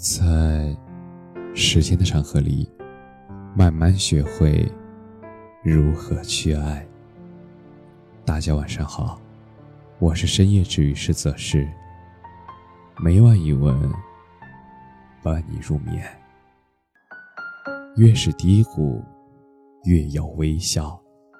在时间的长河里，慢慢学会如何去爱。大家晚上好，我是深夜治愈师则是，每晚一文伴你入眠。越是低谷，越要微笑。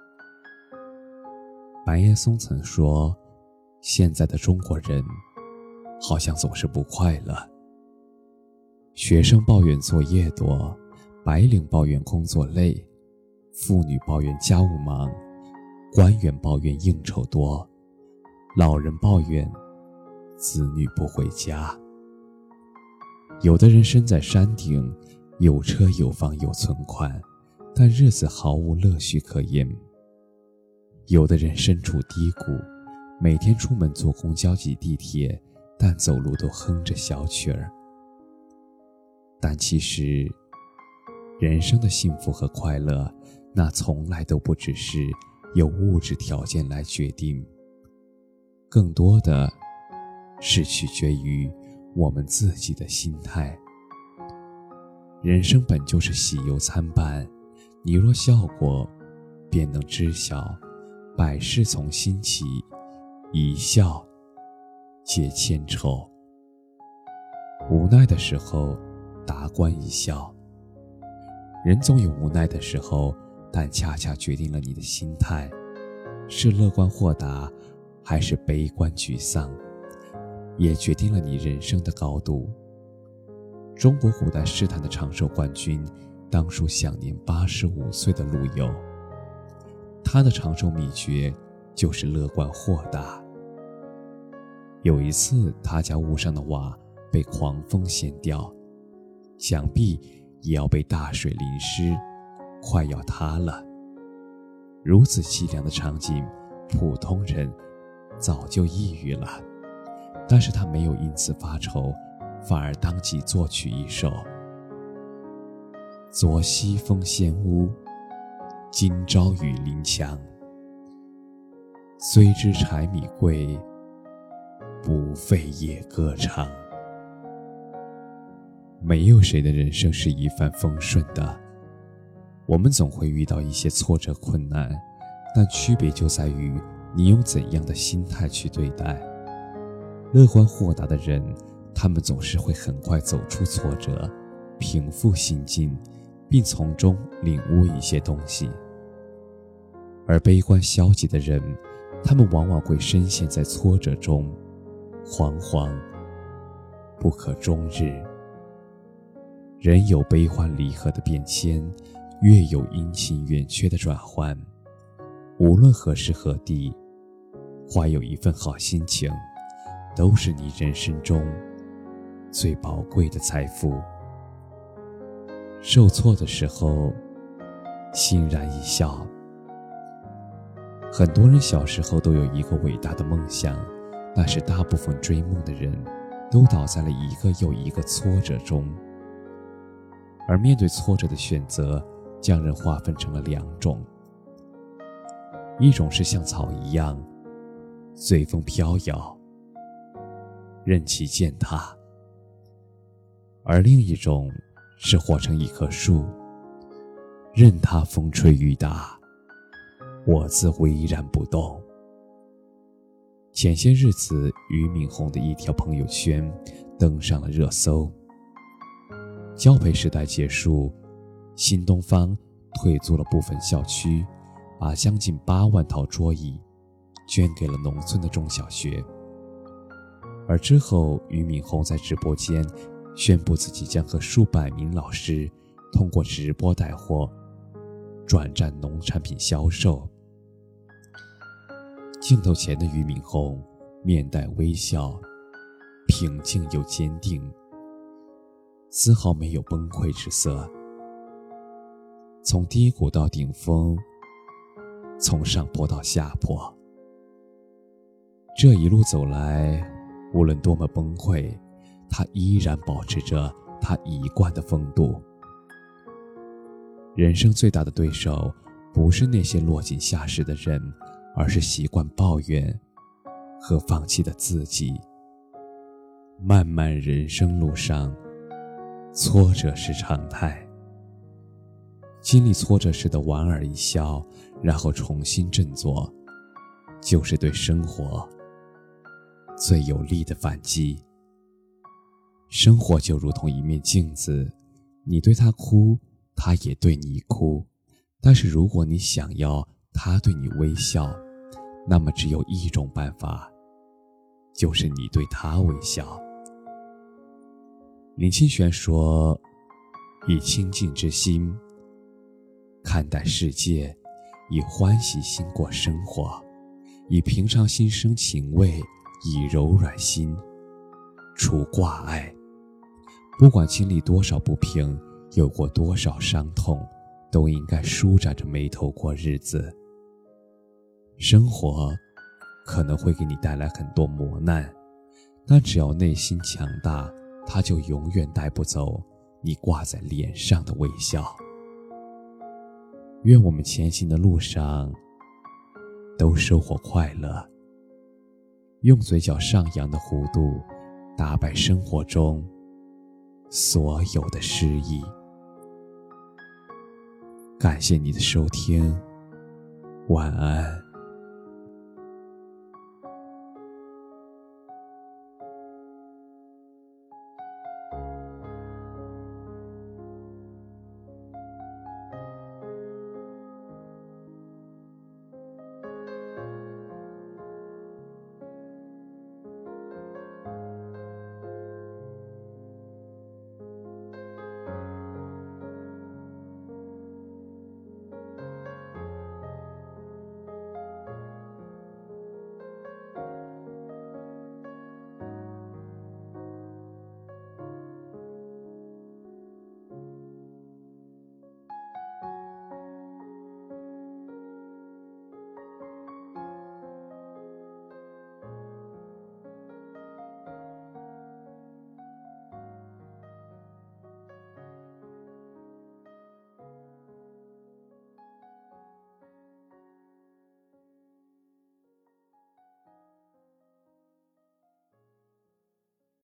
白岩松曾说，现在的中国人好像总是不快乐。学生抱怨作业多，白领抱怨工作累，妇女抱怨家务忙，官员抱怨应酬多，老人抱怨子女不回家。有的人身在山顶，有车有房有存款，但日子毫无乐趣可言。有的人身处低谷，每天出门坐公交挤地铁，但走路都哼着小曲儿。但其实人生的幸福和快乐，那从来都不只是由物质条件来决定，更多的是取决于我们自己的心态。人生本就是喜忧参半，你若笑过，便能知晓百事从心起，一笑解千愁。无奈的时候达观一笑。人总有无奈的时候，但恰恰决定了你的心态，是乐观豁达还是悲观沮丧，也决定了你人生的高度。中国古代诗坛的长寿冠军，当属享年85岁的陆游，他的长寿秘诀就是乐观豁达。有一次，他家屋上的瓦被狂风掀掉，墙壁也要被大水淋湿，快要塌了。如此凄凉的场景，普通人早就抑郁了，但是他没有因此发愁，反而当即作曲一首：昨夕风掀屋，今朝雨淋墙。虽知柴米贵，不费也歌长。没有谁的人生是一帆风顺的，我们总会遇到一些挫折困难，但区别就在于你用怎样的心态去对待。乐观豁达的人，他们总是会很快走出挫折，平复心境，并从中领悟一些东西。而悲观消极的人，他们往往会深陷在挫折中，惶惶不可终日。人有悲欢离合的变迁，月有阴晴圆缺的转换。无论何时何地，怀有一份好心情，都是你人生中最宝贵的财富。受挫的时候，欣然一笑。很多人小时候都有一个伟大的梦想，但是大部分追梦的人都倒在了一个又一个挫折中。而面对挫折的选择，将人划分成了两种，一种是像草一样随风飘摇，任其践踏，而另一种是活成一棵树，任它风吹雨打，我自巍然不动。前些日子，俞敏洪的一条朋友圈登上了热搜。教培时代结束，新东方退租了部分校区，把将近8万套桌椅捐给了农村的中小学。而之后，俞敏洪在直播间宣布自己将和数百名老师通过直播带货，转战农产品销售。镜头前的俞敏洪面带微笑，平静又坚定，丝毫没有崩溃之色。从低谷到顶峰，从上坡到下坡，这一路走来，无论多么崩溃，他依然保持着他一贯的风度。人生最大的对手，不是那些落井下石的人，而是习惯抱怨和放弃的自己。漫漫人生路上， 挫折是常态。经历挫折时的莞尔一笑，然后重新振作，就是对生活最有力的反击。生活就如同一面镜子，你对它哭，它也对你哭。但是如果你想要它对你微笑，那么只有一种办法，就是你对它微笑。林清玄说，以清净之心看待世界，以欢喜心过生活，以平常心生情味，以柔软心除挂碍。不管经历多少不平，有过多少伤痛，都应该舒展着眉头过日子。生活可能会给你带来很多磨难，但只要内心强大，它就永远带不走你挂在脸上的微笑。愿我们前行的路上都收获快乐，用嘴角上扬的弧度打败生活中所有的失意。感谢你的收听，晚安。